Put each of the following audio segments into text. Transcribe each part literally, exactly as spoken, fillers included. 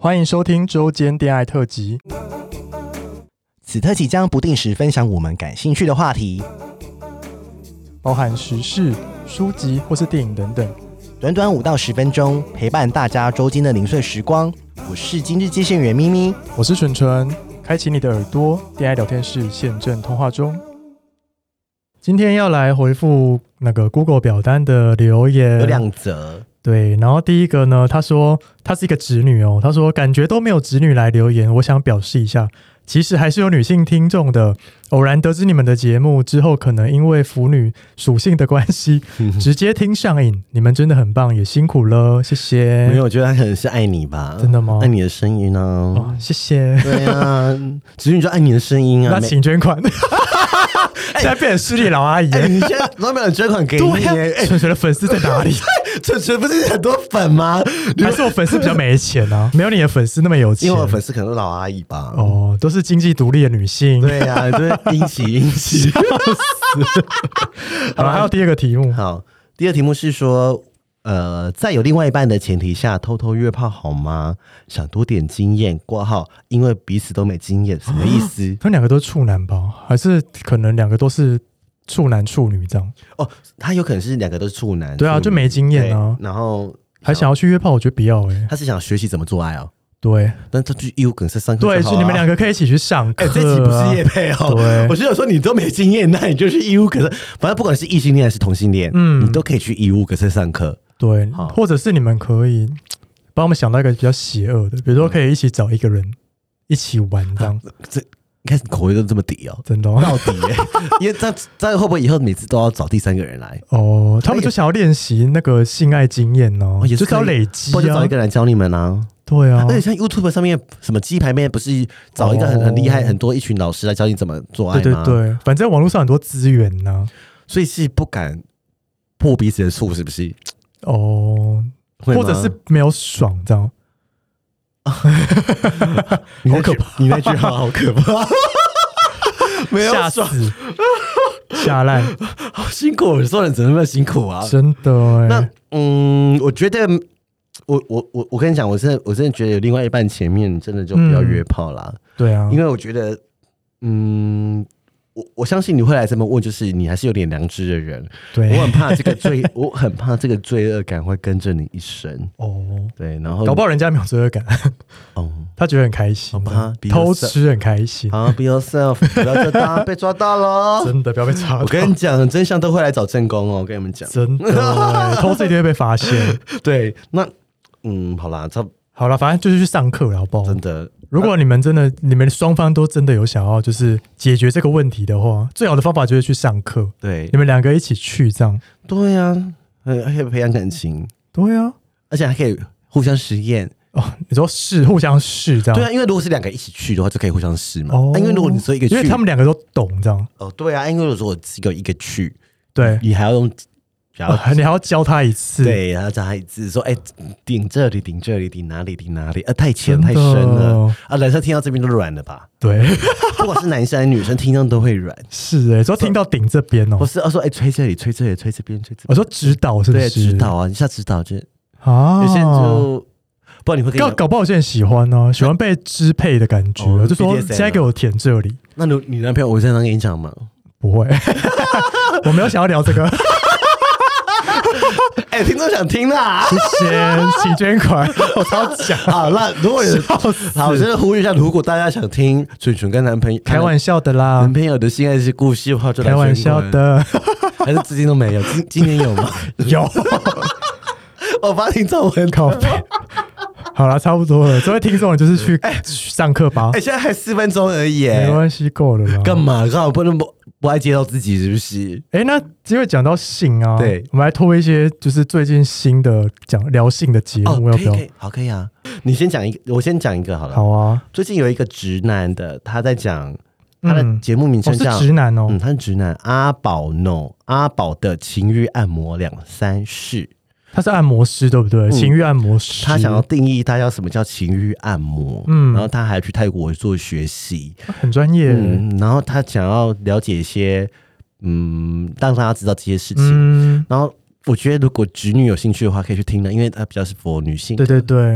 欢迎收听周间恋爱特辑。 此特辑将不定时分享我们感兴趣的话题， 包含时事、书籍或是电影等等， 短短五到十分钟，陪伴大家周间的零碎时光。我是今日接线员咪咪， 我是纯纯，开启你的耳朵，恋爱聊天室现正通话中。今天要来回复那个 Google 表单的留言， 有两则。 对，然后第一个呢，他说他是一个直女哦，他说感觉都没有直女来留言，我想表示一下，其实还是有女性听众的。偶然得知你们的节目之后，可能因为腐女属性的关系，直接听上瘾。你们真的很棒，也辛苦了，谢谢。 没有，我觉得他可能是爱你吧？ 真的吗？ 爱你的声音呢、啊哦？谢谢。 对啊，直女就爱你的声音啊。 那请捐款。现在变成失礼老阿姨、欸欸，你现在老板捐款给你、欸， 纯纯、啊欸、的粉丝在哪里？ 纯纯不是很多粉吗？ 还是我粉丝比较没钱啊？没有你的粉丝那么有钱， 因为我的粉丝可能是老阿姨吧。 哦，都是经济独立的女性。 对啊，对，殷勤殷勤。 好了，还有第二个题目。 好，第二个题目是说，呃，在有另外一半的前提下，偷偷约炮好吗？想多点经验，挂号，因为彼此都没经验，什么意思？ 他们两个都是处男吧？还是可能两个都是处男处女这样？ 哦，他有可能是两个都是处男。 对啊，就没经验啊。 然后还想要去约炮，我觉得不要哎、欸。 他是想学习怎么做爱哦。 对， 但他去义务梗是上课、啊， 对，是你们两个可以一起去上课、啊。 哎、欸，这集不是业配哦。 对， 我觉得说你都没经验，那你就去义务可是，反正不管是异性恋还是同性恋，嗯，你都可以去义务可是上课。 对，或者是你们可以帮我们想到一个比较邪恶的，比如说可以一起找一个人、嗯、一起玩这样。 啊、这你看口味都这么低哦， 真的、哦、 到底耶、欸？因为这样这样会不会以后每次都要找第三个人来？ 哦，他们就想要练习那个性爱经验哦，也就是要累积啊， 或者找一个人教你们啊。 对啊， 而且像 YouTube 上面什么鸡排妹，不是找一个很、哦、很厉害、很多一群老师来教你怎么做爱吗？ 对对对，反正网络上很多资源呢、啊， 所以是不敢破彼此的处，是不是？ 哦，或者是没有爽这样。好可怕！ 你那句话好可怕，没有吓死，吓烂， 好辛苦！我说人怎么那么辛苦啊？ 真的哎、欸。 那嗯，我觉得。我我我我跟你讲，我真的我真的觉得有另外一半前面真的就不要约炮啦、嗯。 对啊， 因为我觉得，嗯，我我相信你会来这么问，就是你还是有点良知的人。 对， 我很怕这个罪，我很怕这个罪恶感会跟着你一生。哦，对，然后搞不好人家没有罪恶感，哦，他觉得很开心，偷吃很开心。 啊 ，Be yourself， 不要就当被抓到了， 真的不要被抓到。 我跟你讲，真相都会来找正宫哦。我跟你们讲， 真的，偷吃一定会被发现。 对，那。嗯，好啦，差好啦，反正就是去上课了，好不好？ 真的， 如果你们真的，你们双方都真的有想要就是解决这个问题的话，最好的方法就是去上课。 对， 你们两个一起去这样。 对啊，而且培养感情。 对啊， 而且还可以互相实验。 哦，你说试，互相试这样。 对啊，因为如果是两个一起去的话，就可以互相试嘛。哦、啊，因为如果你说一个去， 因为他们两个都懂这样。 哦，对啊，因为如果说我只有一个去， 对， 你还要用。 然后、哦、你还要教他一次， 对，然后教他一次，说，哎、欸，顶这里，顶这里，顶哪里，顶哪里，呃、啊，太浅太深了，啊，男生听到这边都软了吧？ 对， 不管是男生还是女生，听到都会软。 是哎、欸，说听到顶这边哦， 不是，我说，哎、欸，吹这里，吹这里，吹这边，吹这边。 我说指导是不是？ 对，指导啊，你下指导就啊， 有些人就不然你会搞搞不好有些人喜欢呢、啊，喜欢被支配的感觉，哦、就说现在给我舔这里。 那你你男朋友我这样跟你讲吗？ 不会，我没有想要聊这个。 哎、欸，听众想听啦， 谢谢，请捐款，我超讲。 好，那如果有好，我真的呼吁一下，如果大家想听纯纯跟男朋友开玩笑的啦， 男朋友的性爱是故事的话，就来开玩笑的， 还是至今都没有？今今年有吗？ 有， 我发听众很靠背。好了，差不多了。这位听众就是去上课吧。 哎、欸，现在还四分钟而已，哎， 没关系，够了啦。 干嘛？干嘛不能不不爱接到自己，是不是？ 哎、欸，那因为讲到性啊， 对， 我们来拖一些就是最近新的讲聊性的节目， 哦、 要不要？ 可以可以好，可以啊。你先讲一个，我先讲一个好了。 好啊。 最近有一个直男的，他在讲他的节目名称叫、 嗯哦、是直男哦， 嗯，他是直男阿宝 no 阿宝的情欲按摩两三事。 他是按摩师对不对、嗯？情欲按摩师， 他想要定义他要什么叫情欲按摩，嗯，然后他还去泰国做学习， 很专业、 嗯，然后他想要了解一些，嗯，让大家知道这些事情，嗯，然后我觉得如果直女有兴趣的话，可以去听的，因为它比较是 for 女性， 对对对对，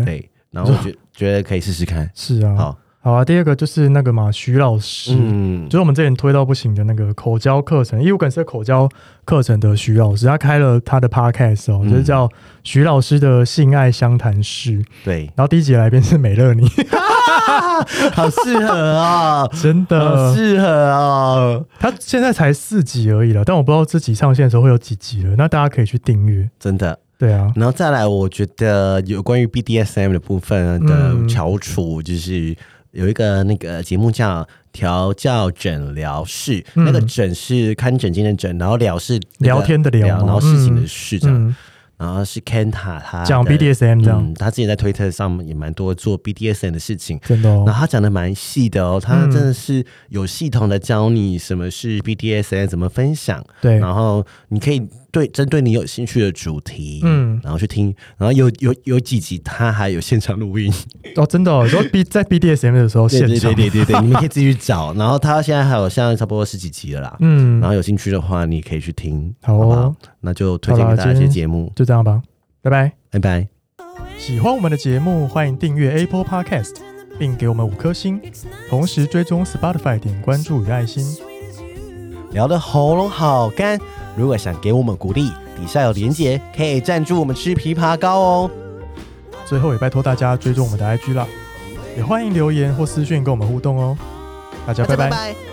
然后我觉觉得可以试试看。 是啊， 好。 好啊，第二个就是那个嘛，徐老师，嗯，就是我们之前推到不行的那个口交课程，义务梗塞口交课程的徐老师，他开了他的 podcast 哦，嗯、就是叫徐老师的性爱相谈室。 对， 然后第一集来宾是美乐妮， 好适合哦， 真的好适合哦。 他现在才四集而已了，但我不知道这集上线的时候会有几集了，那大家可以去订阅， 真的。 对啊， 然后再来，我觉得有关于 B D S M 的部分的翘楚，就是。有一个那个节目叫调教诊疗室，嗯、那个诊是看诊间的诊，然后疗是聊天的聊， 然后事情的事这样。 嗯嗯然后是 Kenta 他讲 B D S M 这样、嗯， 他之前在推特上也蛮多做 B D S M 的事情， 真的、哦。 然后他讲的蛮细的哦，他真的是有系统的教你什么是 B D S M， 怎么分享，对，然后你可以对针对你有兴趣的主题，嗯，然后去听，然后有有有几集他还有现场录音哦，真的哦，说 B 在 B D S M 的时候现场， 对对对对对，你们可以自己去找，然后他现在还有像差不多十几集了啦，嗯，然后有兴趣的话你可以去听，好、哦，好不好？那就推荐给大家一些节目， 就这样吧。拜拜拜拜！ 喜欢我们的节目，欢迎订阅 Apple Podcast， 并给我们五颗星，同时追踪 Spotify 点关注与爱心。 聊得喉咙好干，如果想给我们鼓励，底下有连结，可以赞助我们吃枇杷膏哦。 最后也拜托大家追踪我们的 I G 啦，也欢迎留言或私讯跟我们互动哦。大家拜拜。拜拜。